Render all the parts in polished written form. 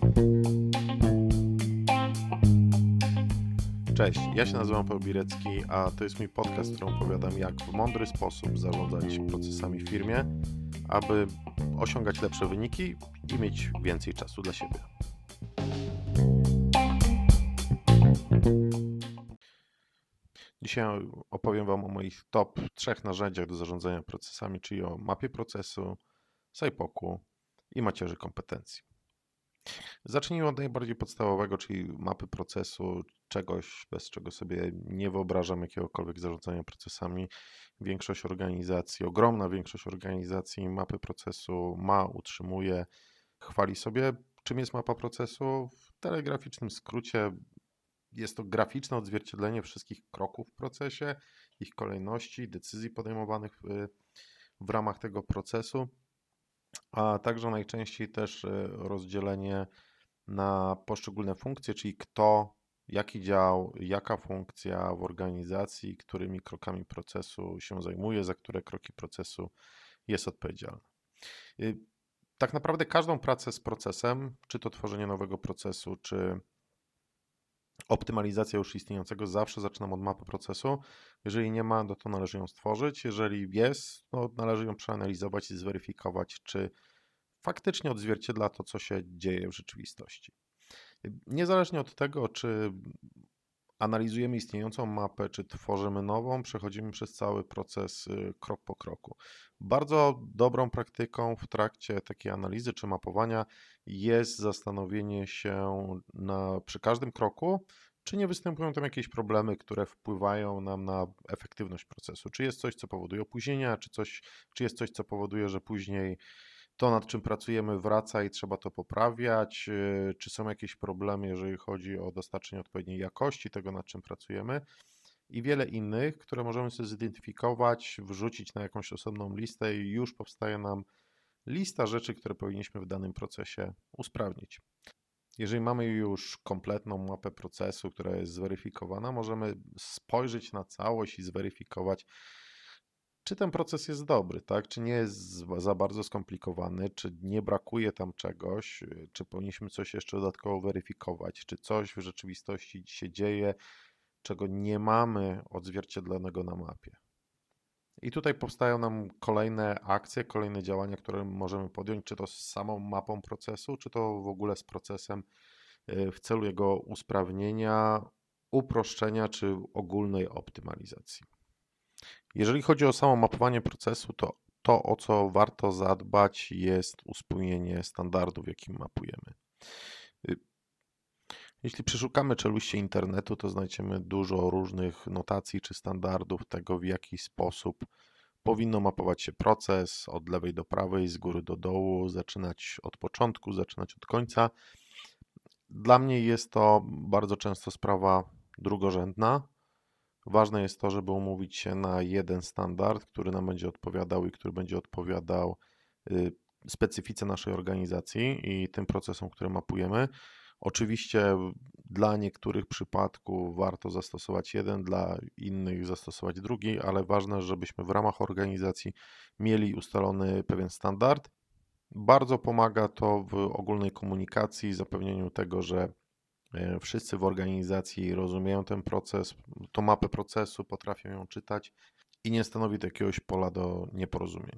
Cześć, ja się nazywam Paweł Birecki, a to jest mój podcast, w którym opowiadam, jak w mądry sposób zarządzać procesami w firmie, aby osiągać lepsze wyniki i mieć więcej czasu dla siebie. Dzisiaj opowiem Wam o moich top 3 narzędziach do zarządzania procesami, czyli o mapie procesu, SIPOC-u i macierzy kompetencji. Zacznijmy od najbardziej podstawowego, czyli mapy procesu, czegoś, bez czego sobie nie wyobrażam jakiegokolwiek zarządzania procesami. Większość organizacji, ogromna większość organizacji mapy procesu ma, utrzymuje, chwali sobie. Czym jest mapa procesu? W telegraficznym skrócie jest to graficzne odzwierciedlenie wszystkich kroków w procesie, ich kolejności, decyzji podejmowanych w ramach tego procesu, a także najczęściej też rozdzielenie na poszczególne funkcje, czyli kto, jaki dział, jaka funkcja w organizacji, którymi krokami procesu się zajmuje, za które kroki procesu jest odpowiedzialny. Tak naprawdę każdą pracę z procesem, czy to tworzenie nowego procesu, czy optymalizacja już istniejącego, zawsze zaczynam od mapy procesu. Jeżeli nie ma, to należy ją stworzyć. Jeżeli jest, to należy ją przeanalizować i zweryfikować, czy faktycznie odzwierciedla to, co się dzieje w rzeczywistości. Niezależnie od tego, czy analizujemy istniejącą mapę, czy tworzymy nową, przechodzimy przez cały proces krok po kroku. Bardzo dobrą praktyką w trakcie takiej analizy czy mapowania jest zastanowienie się przy każdym kroku, czy nie występują tam jakieś problemy, które wpływają nam na efektywność procesu. Czy jest coś, co powoduje opóźnienia, czy jest coś, co powoduje, że później to, nad czym pracujemy, wraca i trzeba to poprawiać, czy są jakieś problemy, jeżeli chodzi o dostarczenie odpowiedniej jakości tego, nad czym pracujemy i wiele innych, które możemy sobie zidentyfikować, wrzucić na jakąś osobną listę i już powstaje nam lista rzeczy, które powinniśmy w danym procesie usprawnić. Jeżeli mamy już kompletną mapę procesu, która jest zweryfikowana, możemy spojrzeć na całość i zweryfikować, czy ten proces jest dobry, tak? Czy nie jest za bardzo skomplikowany, czy nie brakuje tam czegoś, czy powinniśmy coś jeszcze dodatkowo weryfikować, czy coś w rzeczywistości się dzieje, czego nie mamy odzwierciedlonego na mapie. I tutaj powstają nam kolejne akcje, kolejne działania, które możemy podjąć, czy to z samą mapą procesu, czy to w ogóle z procesem w celu jego usprawnienia, uproszczenia, czy ogólnej optymalizacji. Jeżeli chodzi o samo mapowanie procesu, to o co warto zadbać, jest uspójnienie standardów, jakim mapujemy. Jeśli przeszukamy czeluście internetu, to znajdziemy dużo różnych notacji czy standardów tego, w jaki sposób powinno mapować się proces od lewej do prawej, z góry do dołu, zaczynać od początku, zaczynać od końca. Dla mnie jest to bardzo często sprawa drugorzędna. Ważne jest to, żeby umówić się na jeden standard, który nam będzie odpowiadał i który będzie odpowiadał specyfice naszej organizacji i tym procesom, które mapujemy. Oczywiście dla niektórych przypadków warto zastosować jeden, dla innych zastosować drugi, ale ważne, żebyśmy w ramach organizacji mieli ustalony pewien standard. Bardzo pomaga to w ogólnej komunikacji, zapewnieniu tego, że wszyscy w organizacji rozumieją ten proces, tą mapę procesu, potrafią ją czytać i nie stanowi to jakiegoś pola do nieporozumień.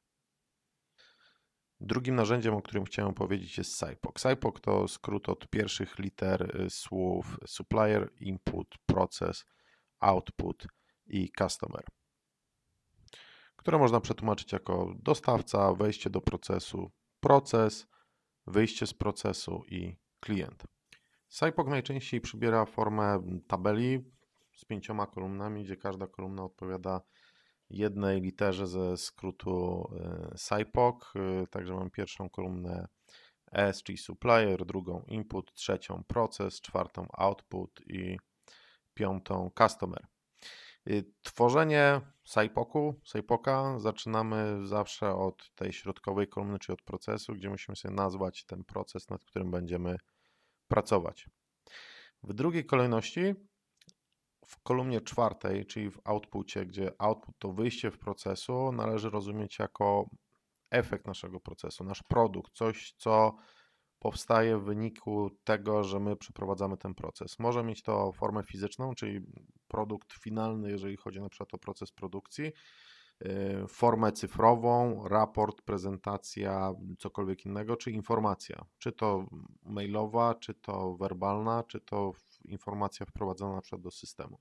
Drugim narzędziem, o którym chciałem powiedzieć, jest SIPOC. SIPOC to skrót od pierwszych liter słów Supplier, Input, Process, Output i Customer, które można przetłumaczyć jako dostawca, wejście do procesu, proces, wyjście z procesu i klient. SIPOC najczęściej przybiera formę tabeli z 5 kolumnami, gdzie każda kolumna odpowiada jednej literze ze skrótu SIPOC. Także mam pierwszą kolumnę S, czyli supplier, drugą input, trzecią proces, czwartą output i piątą customer. Tworzenie SIPOC-a zaczynamy zawsze od tej środkowej kolumny, czyli od procesu, gdzie musimy sobie nazwać ten proces, nad którym będziemy pracować. W drugiej kolejności w kolumnie czwartej, czyli w outpucie, gdzie output to wyjście w procesu, należy rozumieć jako efekt naszego procesu, nasz produkt, coś, co powstaje w wyniku tego, że my przeprowadzamy ten proces. Może mieć to formę fizyczną, czyli produkt finalny, jeżeli chodzi na przykład o proces produkcji, formę cyfrową, raport, prezentacja, cokolwiek innego, czy informacja, czy to mailowa, czy to werbalna, czy to informacja wprowadzona na przykład do systemu.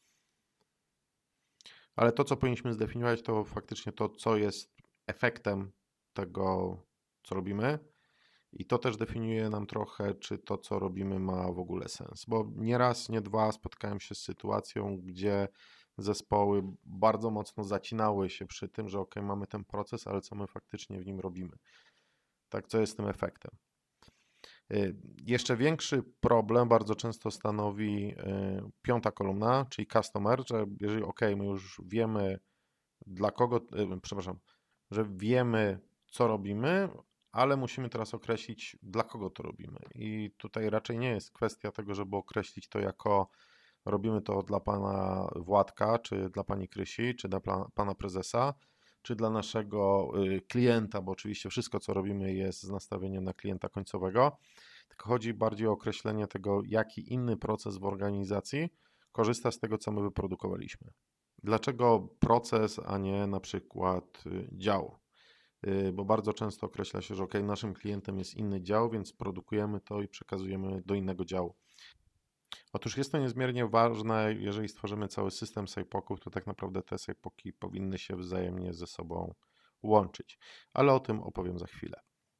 Ale to, co powinniśmy zdefiniować, to faktycznie to, co jest efektem tego, co robimy. I to też definiuje nam trochę, czy to, co robimy, ma w ogóle sens. Bo nie raz, nie dwa spotkałem się z sytuacją, gdzie zespoły bardzo mocno zacinały się przy tym, że ok, mamy ten proces, ale co my faktycznie w nim robimy. Tak, co jest tym efektem. Jeszcze większy problem bardzo często stanowi piąta kolumna, czyli customer, że jeżeli ok, my już wiemy dla kogo, przepraszam, że wiemy co robimy, ale musimy teraz określić dla kogo to robimy. I tutaj raczej nie jest kwestia tego, żeby określić to jako robimy to dla pana Władka, czy dla pani Krysi, czy dla pana prezesa, czy dla naszego klienta, bo oczywiście wszystko co robimy jest z nastawieniem na klienta końcowego. Tylko chodzi bardziej o określenie tego, jaki inny proces w organizacji korzysta z tego, co my wyprodukowaliśmy. Dlaczego proces, a nie na przykład dział? Bo bardzo często określa się, że ok, naszym klientem jest inny dział, więc produkujemy to i przekazujemy do innego działu. Otóż jest to niezmiernie ważne, jeżeli stworzymy cały system SIPOK-ów, to tak naprawdę te SIPOK-i powinny się wzajemnie ze sobą łączyć, ale o tym opowiem za chwilę.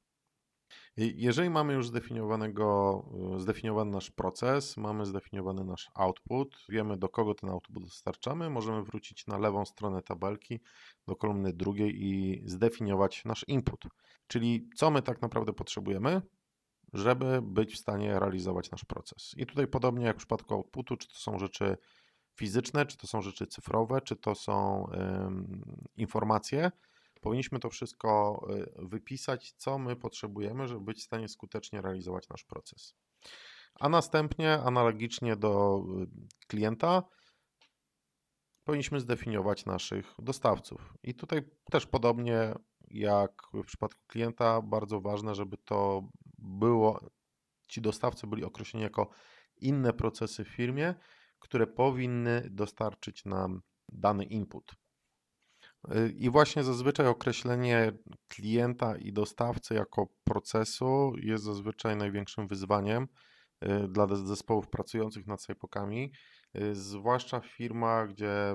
Jeżeli mamy już zdefiniowany nasz proces, mamy zdefiniowany nasz output, wiemy do kogo ten output dostarczamy, możemy wrócić na lewą stronę tabelki do kolumny drugiej i zdefiniować nasz input, czyli co my tak naprawdę potrzebujemy, żeby być w stanie realizować nasz proces. I tutaj podobnie jak w przypadku outputu, czy to są rzeczy fizyczne, czy to są rzeczy cyfrowe, czy to są informacje, powinniśmy to wszystko wypisać, co my potrzebujemy, żeby być w stanie skutecznie realizować nasz proces. A następnie, analogicznie do klienta, powinniśmy zdefiniować naszych dostawców. I tutaj też podobnie jak w przypadku klienta, bardzo ważne, żeby to było, ci dostawcy byli określeni jako inne procesy w firmie, które powinny dostarczyć nam dany input. I właśnie zazwyczaj określenie klienta i dostawcy jako procesu jest zazwyczaj największym wyzwaniem dla zespołów pracujących nad SIPOK-ami, zwłaszcza w firmach,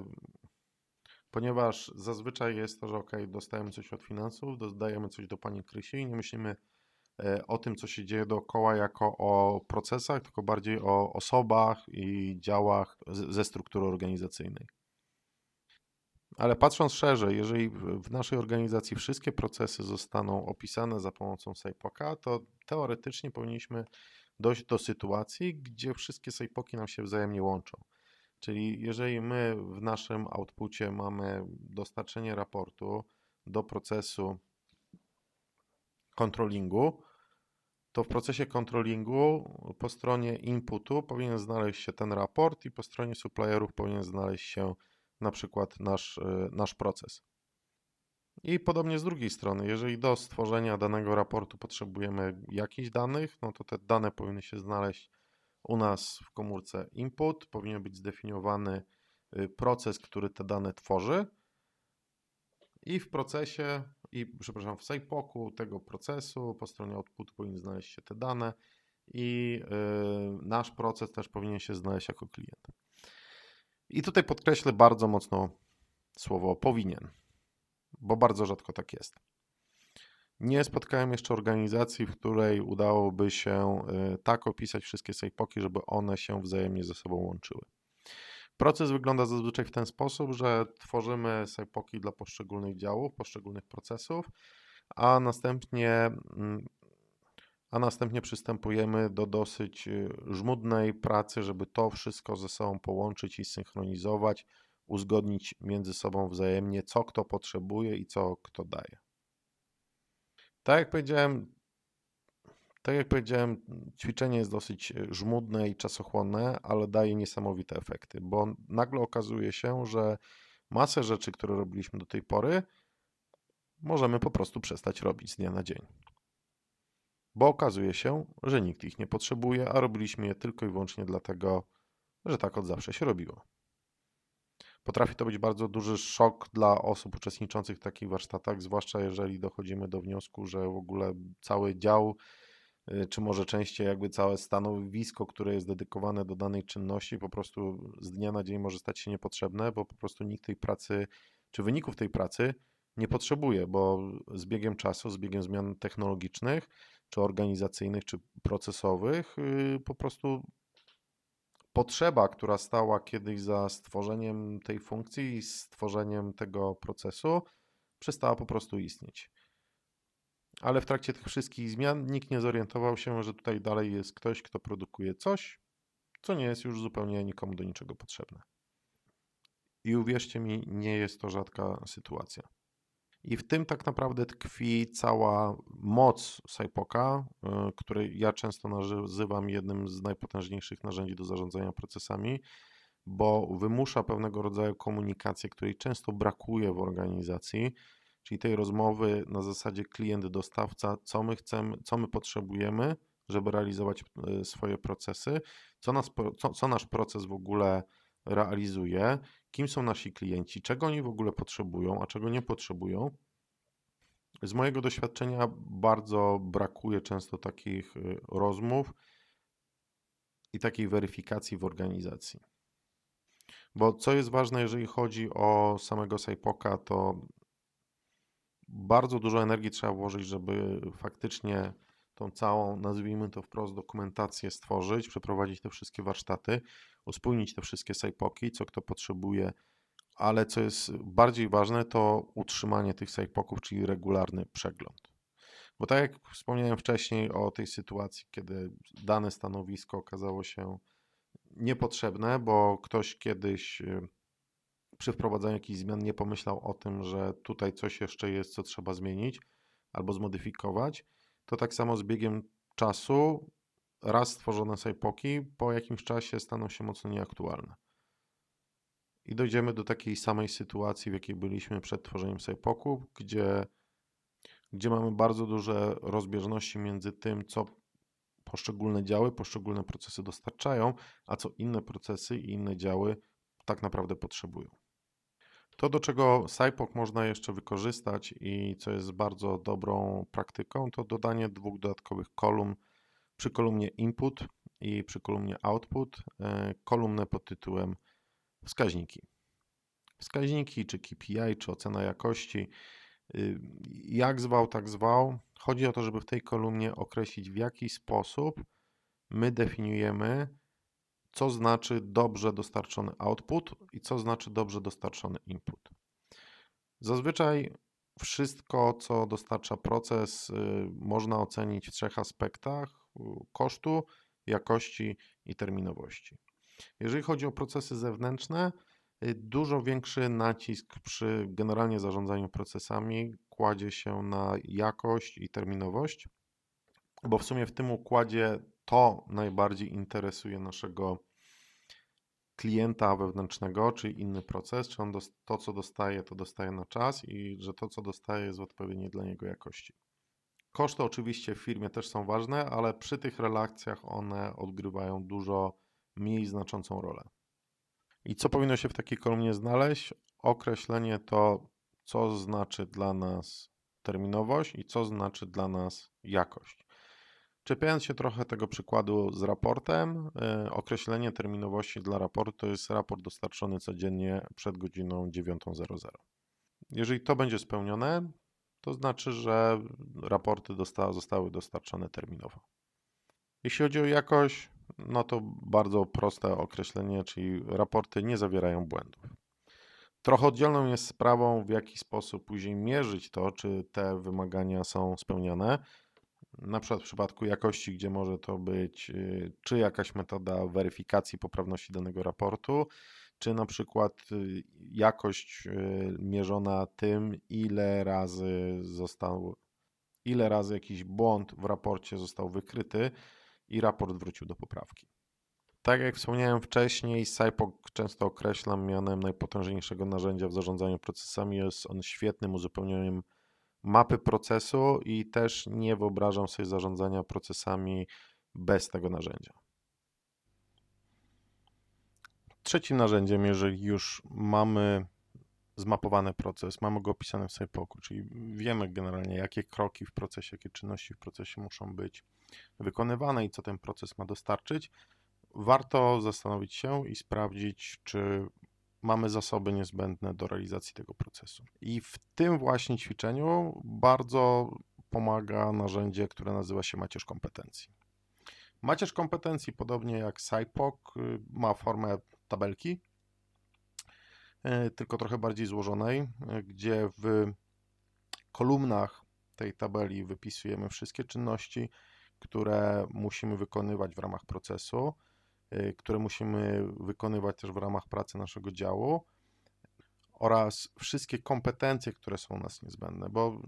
ponieważ zazwyczaj jest to, że ok, dostajemy coś od finansów, dodajemy coś do pani Krysi i nie myślimy o tym, co się dzieje dookoła jako o procesach, tylko bardziej o osobach i działach ze struktury organizacyjnej. Ale patrząc szerzej, jeżeli w naszej organizacji wszystkie procesy zostaną opisane za pomocą SIPOK-a, to teoretycznie powinniśmy dojść do sytuacji, gdzie wszystkie SIPOK-i nam się wzajemnie łączą. Czyli jeżeli my w naszym outpucie mamy dostarczenie raportu do procesu controllingu, to w procesie controllingu po stronie inputu powinien znaleźć się ten raport i po stronie supplierów powinien znaleźć się na przykład nasz proces. I podobnie z drugiej strony, jeżeli do stworzenia danego raportu potrzebujemy jakichś danych, no to te dane powinny się znaleźć u nas w komórce input, powinien być zdefiniowany proces, który te dane tworzy i w procesie, w SIPOK-u tego procesu po stronie outputu powinny znaleźć się te dane i nasz proces też powinien się znaleźć jako klient. I tutaj podkreślę bardzo mocno słowo powinien, bo bardzo rzadko tak jest. Nie spotkałem jeszcze organizacji, w której udałoby się tak opisać wszystkie SIPOK-i, żeby one się wzajemnie ze sobą łączyły. Proces wygląda zazwyczaj w ten sposób, że tworzymy SIPOK-i dla poszczególnych działów, poszczególnych procesów, a następnie przystępujemy do dosyć żmudnej pracy, żeby to wszystko ze sobą połączyć i synchronizować, uzgodnić między sobą wzajemnie, co kto potrzebuje i co kto daje. Tak jak powiedziałem, ćwiczenie jest dosyć żmudne i czasochłonne, ale daje niesamowite efekty, bo nagle okazuje się, że masę rzeczy, które robiliśmy do tej pory, możemy po prostu przestać robić z dnia na dzień. bo okazuje się, że nikt ich nie potrzebuje, a robiliśmy je tylko i wyłącznie dlatego, że tak od zawsze się robiło. Potrafi to być bardzo duży szok dla osób uczestniczących w takich warsztatach, zwłaszcza jeżeli dochodzimy do wniosku, że w ogóle cały dział, czy może częściej jakby całe stanowisko, które jest dedykowane do danej czynności, po prostu z dnia na dzień może stać się niepotrzebne, bo po prostu nikt tej pracy, czy wyników tej pracy nie potrzebuje, bo z biegiem czasu, z biegiem zmian technologicznych, czy organizacyjnych, czy procesowych, po prostu potrzeba, która stała kiedyś za stworzeniem tej funkcji i stworzeniem tego procesu, przestała po prostu istnieć. Ale w trakcie tych wszystkich zmian nikt nie zorientował się, że tutaj dalej jest ktoś, kto produkuje coś, co nie jest już zupełnie nikomu do niczego potrzebne. I uwierzcie mi, nie jest to rzadka sytuacja. I w tym tak naprawdę tkwi cała moc SIPOK-a, której ja często nazywam jednym z najpotężniejszych narzędzi do zarządzania procesami, bo wymusza pewnego rodzaju komunikację, której często brakuje w organizacji, czyli tej rozmowy na zasadzie klient-dostawca, co my chcemy, co my potrzebujemy, żeby realizować swoje procesy, co nasz proces w ogóle realizuje, kim są nasi klienci, czego oni w ogóle potrzebują, a czego nie potrzebują. Z mojego doświadczenia bardzo brakuje często takich rozmów i takiej weryfikacji w organizacji. Bo co jest ważne, jeżeli chodzi o samego SIPOK-a, to bardzo dużo energii trzeba włożyć, żeby faktycznie tą całą, nazwijmy to wprost, dokumentację stworzyć, przeprowadzić te wszystkie warsztaty, uspójnić te wszystkie SIPOK-i, co kto potrzebuje, ale co jest bardziej ważne, to utrzymanie tych SIPOK-ów, czyli regularny przegląd. Bo tak jak wspomniałem wcześniej o tej sytuacji, kiedy dane stanowisko okazało się niepotrzebne, bo ktoś kiedyś przy wprowadzaniu jakichś zmian nie pomyślał o tym, że tutaj coś jeszcze jest, co trzeba zmienić albo zmodyfikować, to tak samo z biegiem czasu raz stworzone SIPOK-i po jakimś czasie staną się mocno nieaktualne. I dojdziemy do takiej samej sytuacji, w jakiej byliśmy przed tworzeniem SIPOK-ów, gdzie mamy bardzo duże rozbieżności między tym, co poszczególne działy, poszczególne procesy dostarczają, a co inne procesy i inne działy tak naprawdę potrzebują. To, do czego SIPOK można jeszcze wykorzystać i co jest bardzo dobrą praktyką, to dodanie dwóch dodatkowych kolumn przy kolumnie input i przy kolumnie output, kolumnę pod tytułem wskaźniki. Wskaźniki, czy KPI, czy ocena jakości, jak zwał, tak zwał. Chodzi o to, żeby w tej kolumnie określić, w jaki sposób my definiujemy, co znaczy dobrze dostarczony output i co znaczy dobrze dostarczony input. Zazwyczaj wszystko, co dostarcza proces, można ocenić w trzech aspektach: kosztu, jakości i terminowości. Jeżeli chodzi o procesy zewnętrzne, dużo większy nacisk przy generalnie zarządzaniu procesami kładzie się na jakość i terminowość, bo w sumie w tym układzie to najbardziej interesuje naszego klienta wewnętrznego, czyli inny proces, czy on to, co dostaje, to dostaje na czas i że to, co dostaje, jest w odpowiedniej dla niego jakości. Koszty oczywiście w firmie też są ważne, ale przy tych relacjach one odgrywają dużo mniej znaczącą rolę. I co powinno się w takiej kolumnie znaleźć? Określenie to, co znaczy dla nas terminowość i co znaczy dla nas jakość. Czepiając się trochę tego przykładu z raportem, określenie terminowości dla raportu to jest raport dostarczony codziennie przed godziną 9:00. Jeżeli to będzie spełnione, to znaczy, że raporty zostały dostarczone terminowo. Jeśli chodzi o jakość, no to bardzo proste określenie, czyli raporty nie zawierają błędów. Trochę oddzielną jest sprawą, w jaki sposób później mierzyć to, czy te wymagania są spełnione. Na przykład w przypadku jakości, gdzie może to być czy jakaś metoda weryfikacji poprawności danego raportu, czy na przykład jakość mierzona tym, ile razy jakiś błąd w raporcie został wykryty i raport wrócił do poprawki. Tak jak wspomniałem wcześniej, SIPOK często określam mianem najpotężniejszego narzędzia w zarządzaniu procesami. Jest on świetnym uzupełnieniem mapy procesu i też nie wyobrażam sobie zarządzania procesami bez tego narzędzia. Trzecim narzędziem, jeżeli już mamy zmapowany proces, mamy go opisany w SAPOK-u, czyli wiemy generalnie, jakie kroki w procesie, jakie czynności w procesie muszą być wykonywane i co ten proces ma dostarczyć, warto zastanowić się i sprawdzić, czy mamy zasoby niezbędne do realizacji tego procesu. I w tym właśnie ćwiczeniu bardzo pomaga narzędzie, które nazywa się macierz kompetencji. Macierz kompetencji, podobnie jak SAPOK, ma formę tabelki, tylko trochę bardziej złożonej, gdzie w kolumnach tej tabeli wypisujemy wszystkie czynności, które musimy wykonywać w ramach procesu, które musimy wykonywać też w ramach pracy naszego działu oraz wszystkie kompetencje, które są u nas niezbędne,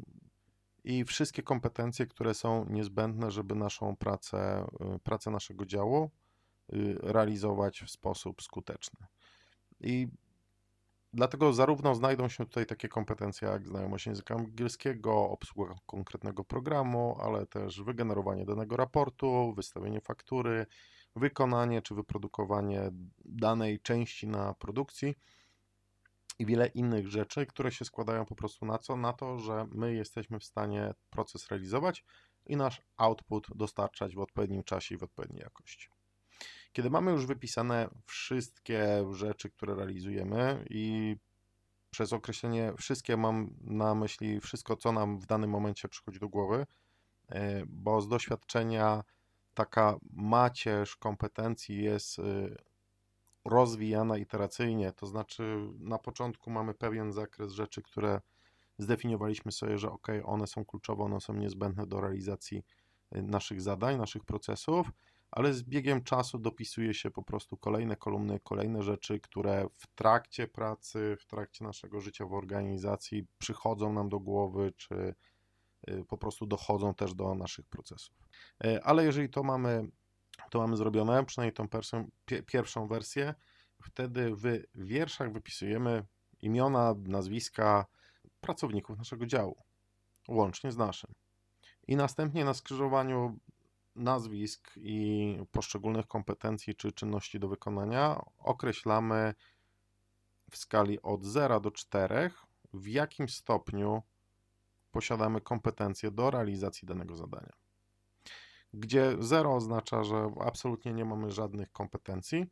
i wszystkie kompetencje, które są niezbędne, żeby naszą pracę naszego działu realizować w sposób skuteczny. I dlatego zarówno znajdą się tutaj takie kompetencje jak znajomość języka angielskiego, obsługa konkretnego programu, ale też wygenerowanie danego raportu, wystawienie faktury, wykonanie czy wyprodukowanie danej części na produkcji i wiele innych rzeczy, które się składają po prostu na co? Na to, że my jesteśmy w stanie proces realizować i nasz output dostarczać w odpowiednim czasie i w odpowiedniej jakości. Kiedy mamy już wypisane wszystkie rzeczy, które realizujemy i przez określenie wszystkie mam na myśli wszystko, co nam w danym momencie przychodzi do głowy, bo z doświadczenia taka macierz kompetencji jest rozwijana iteracyjnie, to znaczy na początku mamy pewien zakres rzeczy, które zdefiniowaliśmy sobie, że ok, one są kluczowe, one są niezbędne do realizacji naszych zadań, naszych procesów, ale z biegiem czasu dopisuje się po prostu kolejne kolumny, kolejne rzeczy, które w trakcie pracy, w trakcie naszego życia w organizacji przychodzą nam do głowy, czy po prostu dochodzą też do naszych procesów. Ale jeżeli to mamy zrobione, przynajmniej tą pierwszą wersję, wtedy w wierszach wypisujemy imiona, nazwiska pracowników naszego działu, łącznie z naszym. I następnie na skrzyżowaniu nazwisk i poszczególnych kompetencji czy czynności do wykonania określamy w skali od 0 do 4, w jakim stopniu posiadamy kompetencje do realizacji danego zadania. Gdzie 0 oznacza, że absolutnie nie mamy żadnych kompetencji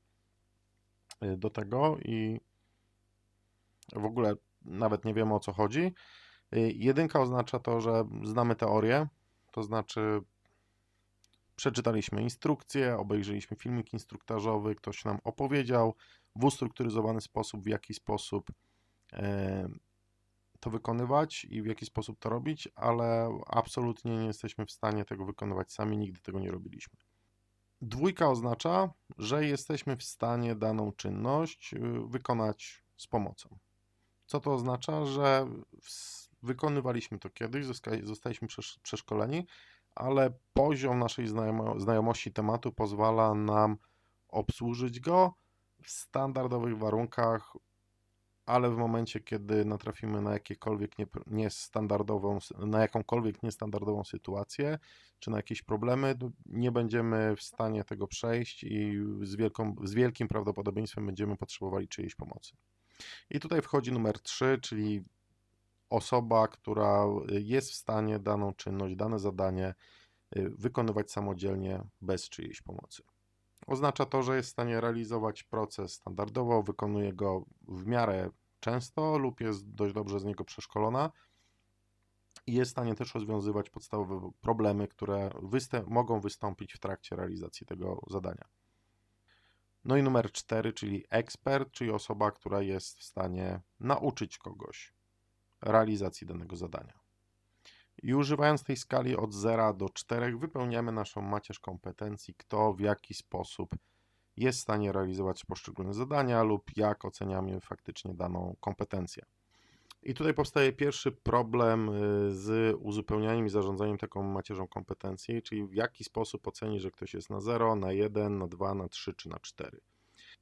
do tego i w ogóle nawet nie wiemy, o co chodzi. 1 oznacza to, że znamy teorię, to znaczy przeczytaliśmy instrukcję, obejrzeliśmy filmik instruktażowy, ktoś nam opowiedział w ustrukturyzowany sposób, w jaki sposób to wykonywać i w jaki sposób to robić, ale absolutnie nie jesteśmy w stanie tego wykonywać sami, nigdy tego nie robiliśmy. 2 oznacza, że jesteśmy w stanie daną czynność wykonać z pomocą. Co to oznacza? Że wykonywaliśmy to kiedyś, zostaliśmy przeszkoleni, ale poziom naszej znajomości tematu pozwala nam obsłużyć go w standardowych warunkach, ale w momencie, kiedy natrafimy na jakąkolwiek niestandardową sytuację, czy na jakieś problemy, nie będziemy w stanie tego przejść i z wielkim prawdopodobieństwem będziemy potrzebowali czyjejś pomocy. I tutaj wchodzi numer 3, czyli osoba, która jest w stanie daną czynność, dane zadanie wykonywać samodzielnie bez czyjejś pomocy. Oznacza to, że jest w stanie realizować proces standardowo, wykonuje go w miarę często lub jest dość dobrze z niego przeszkolona i jest w stanie też rozwiązywać podstawowe problemy, które mogą wystąpić w trakcie realizacji tego zadania. No i numer 4, czyli ekspert, czyli osoba, która jest w stanie nauczyć kogoś realizacji danego zadania. I używając tej skali od 0 do 4 wypełniamy naszą macierz kompetencji, kto w jaki sposób jest w stanie realizować poszczególne zadania lub jak oceniamy faktycznie daną kompetencję. I tutaj powstaje pierwszy problem z uzupełnianiem i zarządzaniem taką macierzą kompetencji, czyli w jaki sposób ocenić, że ktoś jest na 0, na 1, na 2, na 3 czy na 4.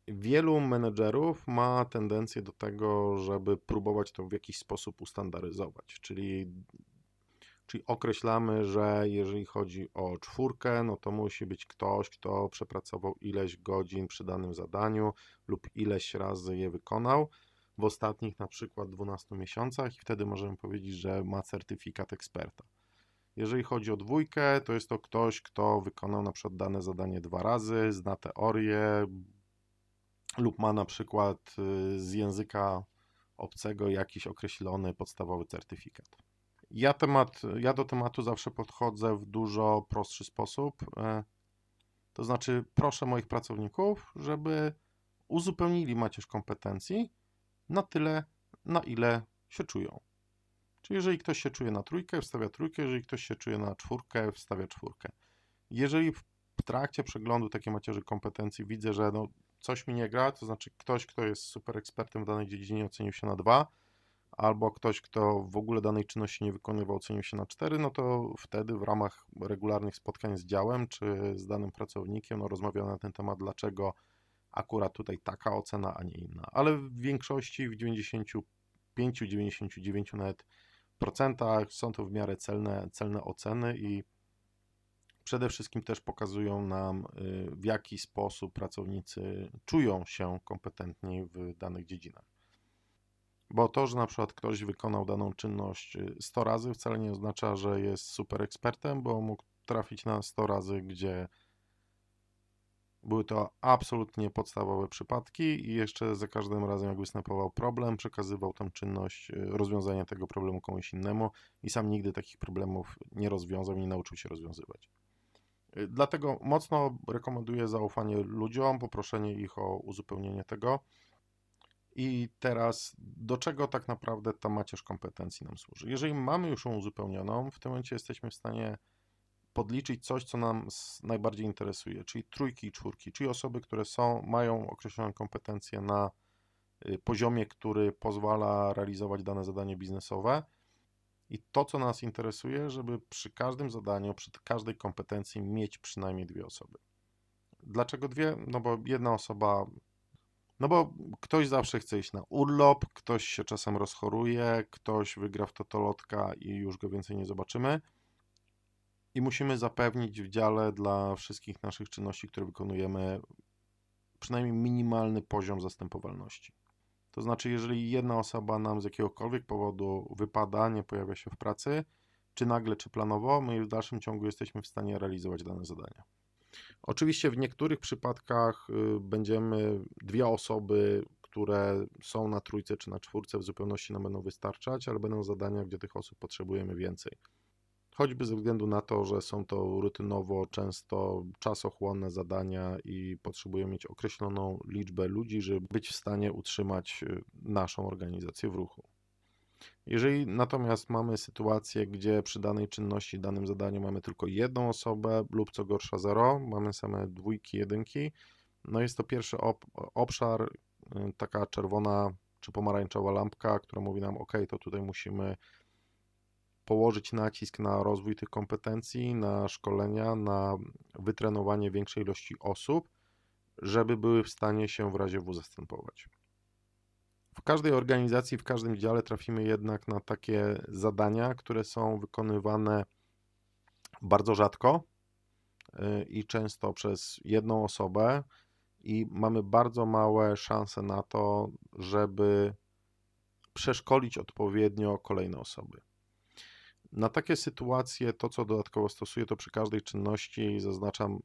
Wielu menedżerów ma tendencję do tego, żeby próbować to w jakiś sposób ustandaryzować, czyli określamy, że jeżeli chodzi o czwórkę, no to musi być ktoś, kto przepracował ileś godzin przy danym zadaniu lub ileś razy je wykonał w ostatnich na przykład 12 miesiącach i wtedy możemy powiedzieć, że ma certyfikat eksperta. Jeżeli chodzi o dwójkę, to jest to ktoś, kto wykonał na przykład dane zadanie 2 razy, zna teorię lub ma na przykład z języka obcego jakiś określony podstawowy certyfikat. Ja do tematu zawsze podchodzę w dużo prostszy sposób. To znaczy, proszę moich pracowników, żeby uzupełnili macierz kompetencji na tyle, na ile się czują. Czyli jeżeli ktoś się czuje na trójkę, wstawia trójkę, jeżeli ktoś się czuje na czwórkę, wstawia czwórkę. Jeżeli w trakcie przeglądu takiej macierzy kompetencji widzę, że coś mi nie gra, to znaczy ktoś, kto jest super ekspertem w danej dziedzinie, ocenił się na 2, albo ktoś, kto w ogóle danej czynności nie wykonywał, ocenił się na 4, no to wtedy w ramach regularnych spotkań z działem czy z danym pracownikiem rozmawiamy na ten temat, dlaczego akurat tutaj taka ocena, a nie inna. Ale w większości, w 95-99 nawet procentach są to w miarę celne oceny i przede wszystkim też pokazują nam, w jaki sposób pracownicy czują się kompetentni w danych dziedzinach. Bo to, że na przykład ktoś wykonał daną czynność 100 razy, wcale nie oznacza, że jest super ekspertem, bo mógł trafić na 100 razy, gdzie były to absolutnie podstawowe przypadki i jeszcze za każdym razem, jak występował problem, przekazywał tę czynność, rozwiązanie tego problemu komuś innemu i sam nigdy takich problemów nie rozwiązał i nie nauczył się rozwiązywać. Dlatego mocno rekomenduję zaufanie ludziom, poproszenie ich o uzupełnienie tego. I teraz, do czego tak naprawdę ta macierz kompetencji nam służy? Jeżeli mamy już ją uzupełnioną, w tym momencie jesteśmy w stanie podliczyć coś, co nam najbardziej interesuje, czyli trójki i czwórki, czyli osoby, które mają określone kompetencje na poziomie, który pozwala realizować dane zadanie biznesowe. I to, co nas interesuje, żeby przy każdym zadaniu, przy każdej kompetencji mieć przynajmniej 2 osoby. Dlaczego 2? No bo ktoś zawsze chce iść na urlop, ktoś się czasem rozchoruje, ktoś wygra w totolotka i już go więcej nie zobaczymy. I musimy zapewnić w dziale dla wszystkich naszych czynności, które wykonujemy, przynajmniej minimalny poziom zastępowalności. To znaczy, jeżeli jedna osoba nam z jakiegokolwiek powodu wypada, nie pojawia się w pracy, czy nagle, czy planowo, my w dalszym ciągu jesteśmy w stanie realizować dane zadania. Oczywiście w niektórych przypadkach będziemy 2 osoby, które są na trójce czy na czwórce, w zupełności nam będą wystarczać, ale będą zadania, gdzie tych osób potrzebujemy więcej. Choćby ze względu na to, że są to rutynowo, często czasochłonne zadania i potrzebujemy mieć określoną liczbę ludzi, żeby być w stanie utrzymać naszą organizację w ruchu. Jeżeli natomiast mamy sytuację, gdzie przy danej czynności, danym zadaniu mamy tylko jedną osobę lub co gorsza 0, mamy same dwójki, jedynki, no jest to pierwszy obszar, taka czerwona czy pomarańczowa lampka, która mówi nam, ok, to tutaj musimy położyć nacisk na rozwój tych kompetencji, na szkolenia, na wytrenowanie większej ilości osób, żeby były w stanie się w razie W zastępować. W każdej organizacji, w każdym dziale trafimy jednak na takie zadania, które są wykonywane bardzo rzadko i często przez jedną osobę i mamy bardzo małe szanse na to, żeby przeszkolić odpowiednio kolejne osoby. Na takie sytuacje to, co dodatkowo stosuję, to przy każdej czynności zaznaczam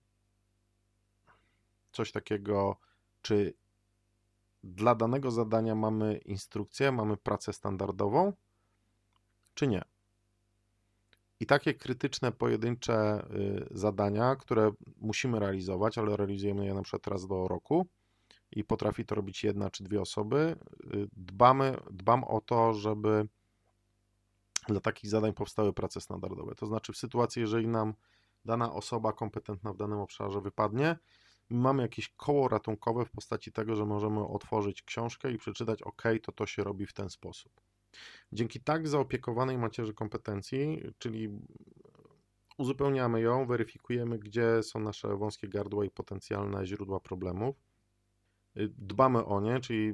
coś takiego, czy dla danego zadania mamy instrukcję, mamy pracę standardową, czy nie. I takie krytyczne, pojedyncze zadania, które musimy realizować, ale realizujemy je na przykład raz do roku i potrafi to robić 1 czy 2 osoby, dbam o to, żeby dla takich zadań powstały prace standardowe. To znaczy w sytuacji, jeżeli nam dana osoba kompetentna w danym obszarze wypadnie, mamy jakieś koło ratunkowe w postaci tego, że możemy otworzyć książkę i przeczytać, ok, to się robi w ten sposób. Dzięki tak zaopiekowanej macierzy kompetencji, czyli uzupełniamy ją, weryfikujemy, gdzie są nasze wąskie gardła i potencjalne źródła problemów, dbamy o nie, czyli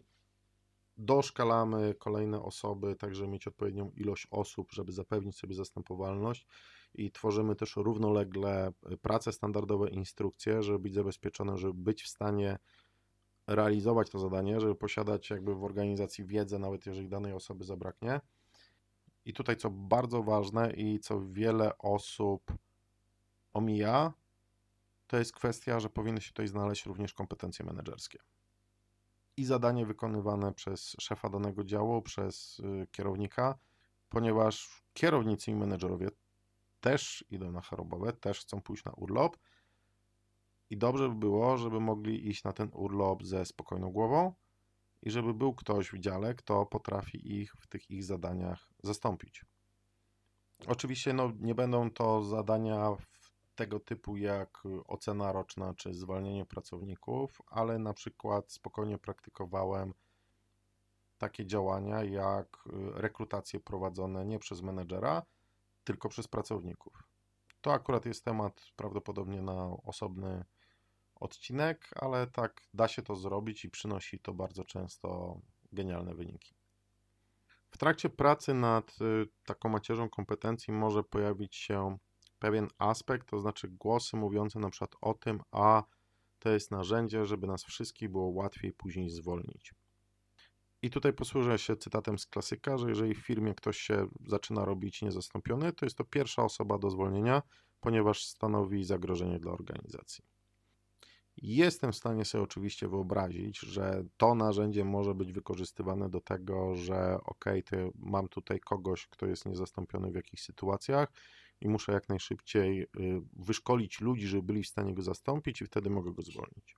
doszkalamy kolejne osoby, tak żeby mieć odpowiednią ilość osób, żeby zapewnić sobie zastępowalność i tworzymy też równolegle prace standardowe, instrukcje, żeby być zabezpieczonym, żeby być w stanie realizować to zadanie, żeby posiadać jakby w organizacji wiedzę, nawet jeżeli danej osoby zabraknie. I tutaj co bardzo ważne i co wiele osób omija, to jest kwestia, że powinny się tutaj znaleźć również kompetencje menedżerskie. I zadanie wykonywane przez szefa danego działu, przez kierownika, ponieważ kierownicy i menedżerowie też idą na chorobowe, też chcą pójść na urlop i dobrze by było, żeby mogli iść na ten urlop ze spokojną głową i żeby był ktoś w dziale, kto potrafi ich w tych ich zadaniach zastąpić. Oczywiście nie będą to zadania tego typu jak ocena roczna czy zwalnianie pracowników, ale na przykład spokojnie praktykowałem takie działania jak rekrutacje prowadzone nie przez menedżera, tylko przez pracowników. To akurat jest temat prawdopodobnie na osobny odcinek, ale tak da się to zrobić i przynosi to bardzo często genialne wyniki. W trakcie pracy nad taką macierzą kompetencji może pojawić się pewien aspekt, to znaczy głosy mówiące na przykład o tym, a to jest narzędzie, żeby nas wszystkich było łatwiej później zwolnić. I tutaj posłużę się cytatem z klasyka, że jeżeli w firmie ktoś się zaczyna robić niezastąpiony, to jest to pierwsza osoba do zwolnienia, ponieważ stanowi zagrożenie dla organizacji. Jestem w stanie sobie oczywiście wyobrazić, że to narzędzie może być wykorzystywane do tego, że to mam tutaj kogoś, kto jest niezastąpiony w jakichś sytuacjach i muszę jak najszybciej wyszkolić ludzi, żeby byli w stanie go zastąpić i wtedy mogę go zwolnić.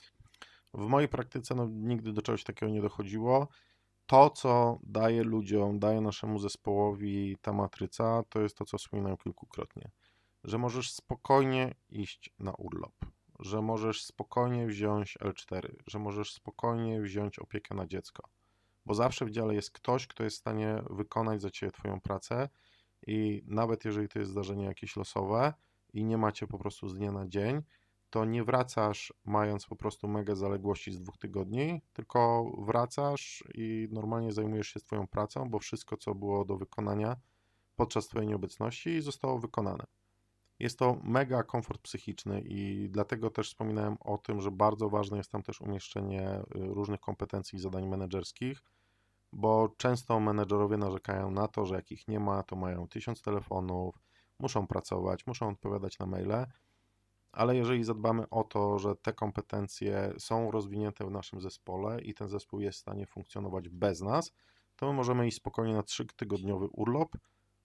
W mojej praktyce nigdy do czegoś takiego nie dochodziło. To, co daje ludziom, daje naszemu zespołowi ta matryca, to jest to, co wspominałem kilkukrotnie, że możesz spokojnie iść na urlop, że możesz spokojnie wziąć L4, że możesz spokojnie wziąć opiekę na dziecko, bo zawsze w dziale jest ktoś, kto jest w stanie wykonać za ciebie twoją pracę i nawet jeżeli to jest zdarzenie jakieś losowe i nie macie po prostu z dnia na dzień, to nie wracasz mając po prostu mega zaległości z 2 tygodni, tylko wracasz i normalnie zajmujesz się twoją pracą, bo wszystko, co było do wykonania podczas twojej nieobecności, zostało wykonane. Jest to mega komfort psychiczny i dlatego też wspominałem o tym, że bardzo ważne jest tam też umieszczenie różnych kompetencji i zadań menedżerskich, bo często menedżerowie narzekają na to, że jak ich nie ma, to mają 1000 telefonów, muszą pracować, muszą odpowiadać na maile, ale jeżeli zadbamy o to, że te kompetencje są rozwinięte w naszym zespole i ten zespół jest w stanie funkcjonować bez nas, to my możemy iść spokojnie na 3-tygodniowy urlop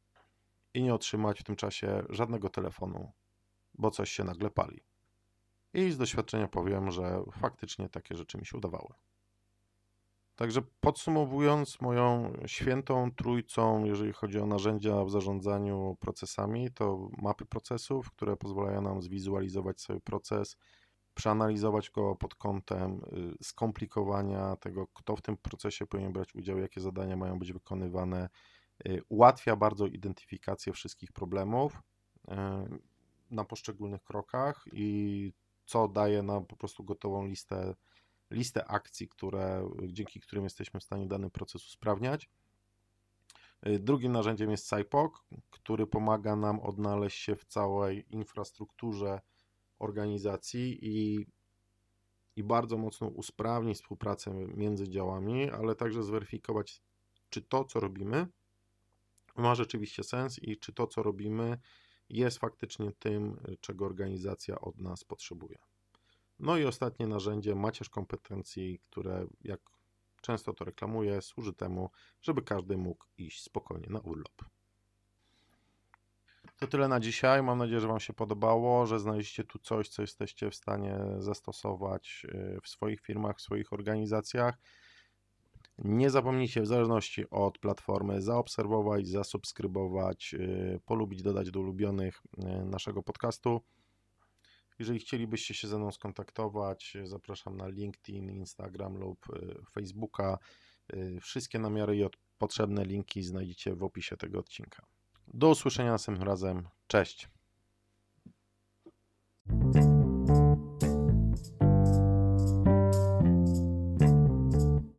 i nie otrzymać w tym czasie żadnego telefonu, bo coś się nagle pali. I z doświadczenia powiem, że faktycznie takie rzeczy mi się udawały. Także podsumowując, moją świętą trójcą, jeżeli chodzi o narzędzia w zarządzaniu procesami, to mapy procesów, które pozwalają nam zwizualizować sobie proces, przeanalizować go pod kątem skomplikowania tego, kto w tym procesie powinien brać udział, jakie zadania mają być wykonywane, ułatwia bardzo identyfikację wszystkich problemów na poszczególnych krokach i co daje nam po prostu gotową listę akcji, dzięki którym jesteśmy w stanie dany proces usprawniać. Drugim narzędziem jest SIPOC, który pomaga nam odnaleźć się w całej infrastrukturze organizacji i bardzo mocno usprawnić współpracę między działami, ale także zweryfikować, czy to, co robimy, ma rzeczywiście sens i czy to, co robimy, jest faktycznie tym, czego organizacja od nas potrzebuje. No i ostatnie narzędzie, macierz kompetencji, które, jak często to reklamuję, służy temu, żeby każdy mógł iść spokojnie na urlop. To tyle na dzisiaj. Mam nadzieję, że Wam się podobało, że znaleźliście tu coś, co jesteście w stanie zastosować w swoich firmach, w swoich organizacjach. Nie zapomnijcie w zależności od platformy zaobserwować, zasubskrybować, polubić, dodać do ulubionych naszego podcastu. Jeżeli chcielibyście się ze mną skontaktować, zapraszam na LinkedIn, Instagram lub Facebooka. Wszystkie namiary i potrzebne linki znajdziecie w opisie tego odcinka. Do usłyszenia następnym razem. Cześć!